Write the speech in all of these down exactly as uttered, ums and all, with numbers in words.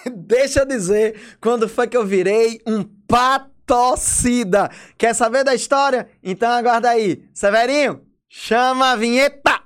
Deixa eu dizer quando foi que eu virei um patocida. Quer saber da história? Então aguarda aí. Severinho, chama a vinheta!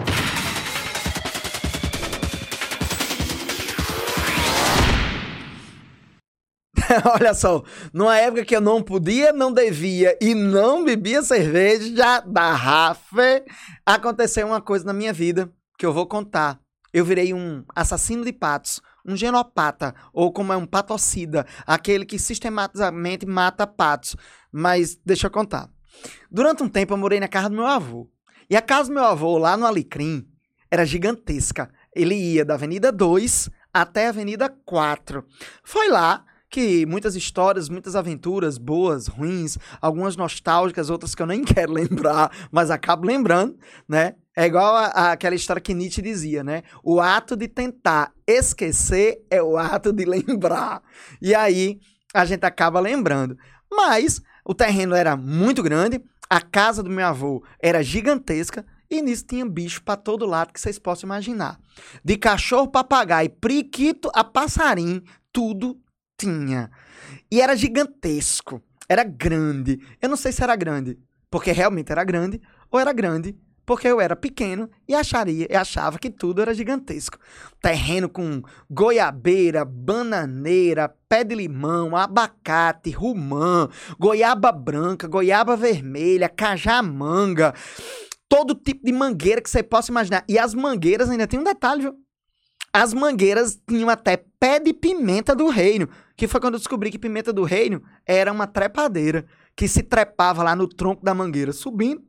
Olha só, numa época que eu não podia, não devia e não bebia cerveja da Rafa, aconteceu uma coisa na minha vida que eu vou contar. Eu virei um assassino de patos, um genopata, ou como é um patocida, aquele que sistematicamente mata patos. Mas deixa eu contar. Durante um tempo eu morei na casa do meu avô. E a casa do meu avô, lá no Alecrim, era gigantesca. Ele ia da Avenida dois até a Avenida quatro. Foi lá que muitas histórias, muitas aventuras boas, ruins, algumas nostálgicas, outras que eu nem quero lembrar, mas acabo lembrando, né? É igual a, a, aquela história que Nietzsche dizia, né? O ato de tentar esquecer é o ato de lembrar. E aí a gente acaba lembrando. Mas o terreno era muito grande, a casa do meu avô era gigantesca, e nisso tinha bicho pra todo lado que vocês possam imaginar. De cachorro, papagaio, periquito a passarinho, tudo tinha. E era gigantesco. Era grande. Eu não sei se era grande porque realmente era grande, ou era grande porque eu era pequeno e acharia, e achava que tudo era gigantesco. Terreno com goiabeira, bananeira, pé de limão, abacate, rumã, goiaba branca, goiaba vermelha, cajamanga, todo tipo de mangueira que você possa imaginar. E as mangueiras ainda tem um detalhe, viu? As mangueiras tinham até pé de pimenta do reino, que foi quando eu descobri que pimenta do reino era uma trepadeira, que se trepava lá no tronco da mangueira, subindo,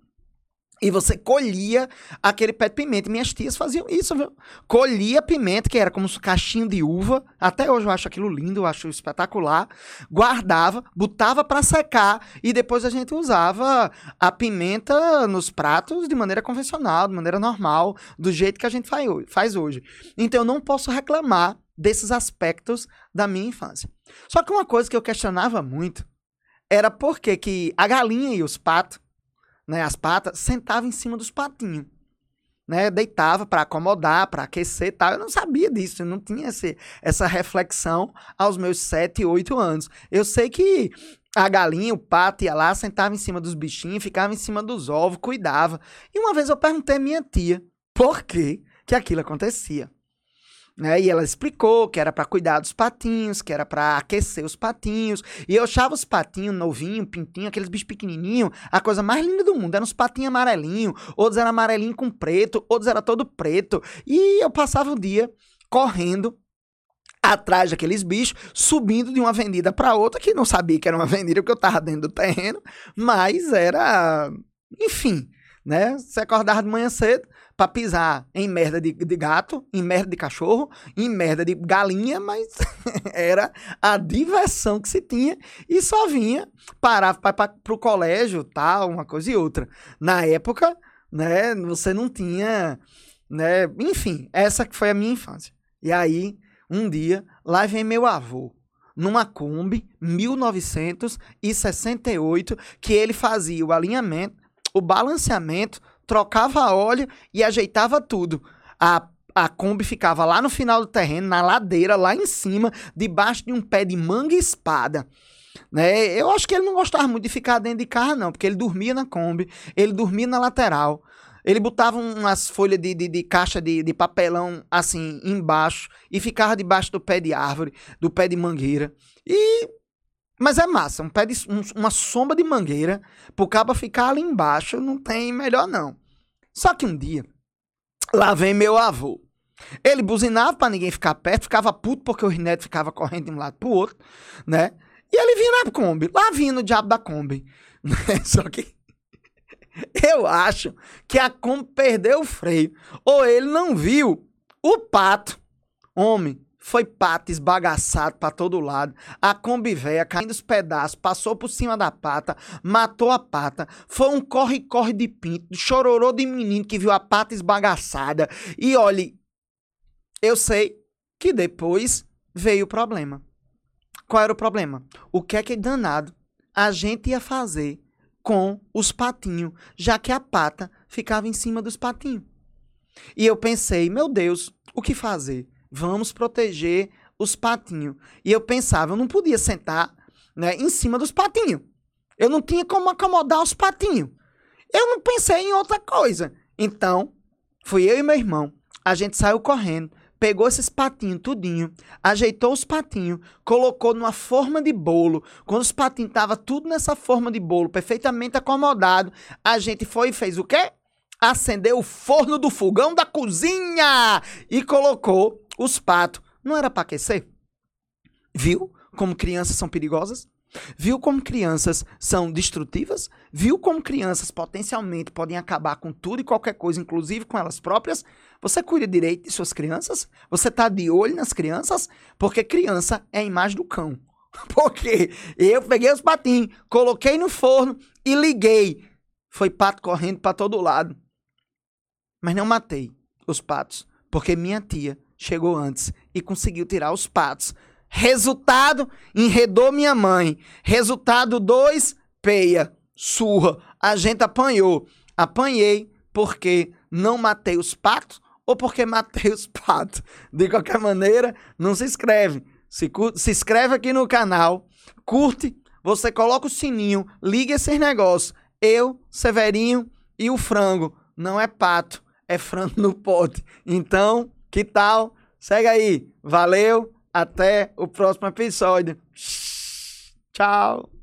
e você colhia aquele pé de pimenta. E minhas tias faziam isso, viu? Colhia pimenta, que era como um cachinho de uva. Até hoje eu acho aquilo lindo, eu acho espetacular. Guardava, botava para secar e depois a gente usava a pimenta nos pratos de maneira convencional, de maneira normal, do jeito que a gente faz hoje. Então eu não posso reclamar desses aspectos da minha infância. Só que uma coisa que eu questionava muito era por que que a galinha e os patos, né, as patas, sentava em cima dos patinhos, né, deitava para acomodar, para aquecer e tal. Eu não sabia disso, eu não tinha esse, essa reflexão aos meus sete, oito anos. Eu sei que a galinha, o pato ia lá, sentava em cima dos bichinhos, ficava em cima dos ovos, cuidava. E uma vez eu perguntei à minha tia por que que aquilo acontecia. Né? E ela explicou que era para cuidar dos patinhos, que era para aquecer os patinhos. E eu achava os patinhos novinhos, pintinhos, aqueles bichos pequenininhos, a coisa mais linda do mundo. Eram uns patinhos amarelinhos, outros eram amarelinho com preto, outros era todo preto. E eu passava o dia correndo atrás daqueles bichos, subindo de uma avenida para outra, que não sabia que era uma avenida, porque eu tava dentro do terreno, mas era... Enfim, né? Você acordava de manhã cedo pra pisar em merda de, de gato, em merda de cachorro, em merda de galinha, mas era a diversão que se tinha e só vinha, parava pra, pra, pro colégio, tal, uma coisa e outra. Na época, né, você não tinha, né, enfim, essa que foi a minha infância. E aí, um dia, lá vem meu avô, numa Kombi mil novecentos e sessenta e oito, que ele fazia o alinhamento, o balanceamento, trocava óleo e ajeitava tudo. A, a Kombi ficava lá no final do terreno, na ladeira, lá em cima, debaixo de um pé de manga e espada. Né? Eu acho que ele não gostava muito de ficar dentro de carro, não, porque ele dormia na Kombi, ele dormia na lateral, ele botava umas folhas de, de, de caixa de, de papelão assim embaixo e ficava debaixo do pé de árvore, do pé de mangueira. E... Mas é massa, um pé de, um, uma sombra de mangueira, pro cabo ficar ali embaixo, não tem melhor não. Só que um dia, lá vem meu avô. Ele buzinava pra ninguém ficar perto, ficava puto porque o Rinete ficava correndo de um lado pro outro, né? E ele vinha na Kombi, lá vinha no diabo da Kombi. Só que eu acho que a Kombi perdeu o freio, ou ele não viu o pato. Homem, foi pato esbagaçado pra todo lado. A Kombi véia caindo os pedaços, passou por cima da pata, matou a pata. Foi um corre-corre de pinto, chororô de menino que viu a pata esbagaçada. E olhe, eu sei que depois veio o problema. Qual era o problema? O que é que danado a gente ia fazer com os patinhos, já que a pata ficava em cima dos patinhos? E eu pensei, meu Deus, o que fazer? Vamos proteger os patinhos. E eu pensava, eu não podia sentar, né, em cima dos patinhos. Eu não tinha como acomodar os patinhos. Eu não pensei em outra coisa. Então, fui eu e meu irmão. A gente saiu correndo, pegou esses patinhos tudinho, ajeitou os patinhos, colocou numa forma de bolo. Quando os patinhos estavam tudo nessa forma de bolo, perfeitamente acomodado, a gente foi e fez o quê? Acendeu o forno do fogão da cozinha e colocou os patos. Não era para aquecer? Viu como crianças são perigosas? Viu como crianças são destrutivas? Viu como crianças potencialmente podem acabar com tudo e qualquer coisa, inclusive com elas próprias? Você cuida direito de suas crianças? Você tá de olho nas crianças? Porque criança é a imagem do cão. Porque eu peguei os patinhos, coloquei no forno e liguei. Foi pato correndo para todo lado. Mas não matei os patos, porque minha tia chegou antes e conseguiu tirar os patos. Resultado, enredou minha mãe. Resultado dois, peia, surra. A gente apanhou. Apanhei porque não matei os patos ou porque matei os patos. De qualquer maneira, não se inscreve. Se, se inscreve aqui no canal, curte, você coloca o sininho, liga esses negócios. Eu, Severinho e o frango. Não é pato, é frango no pote. Então, que tal? Segue aí. Valeu. Até o próximo episódio. Tchau.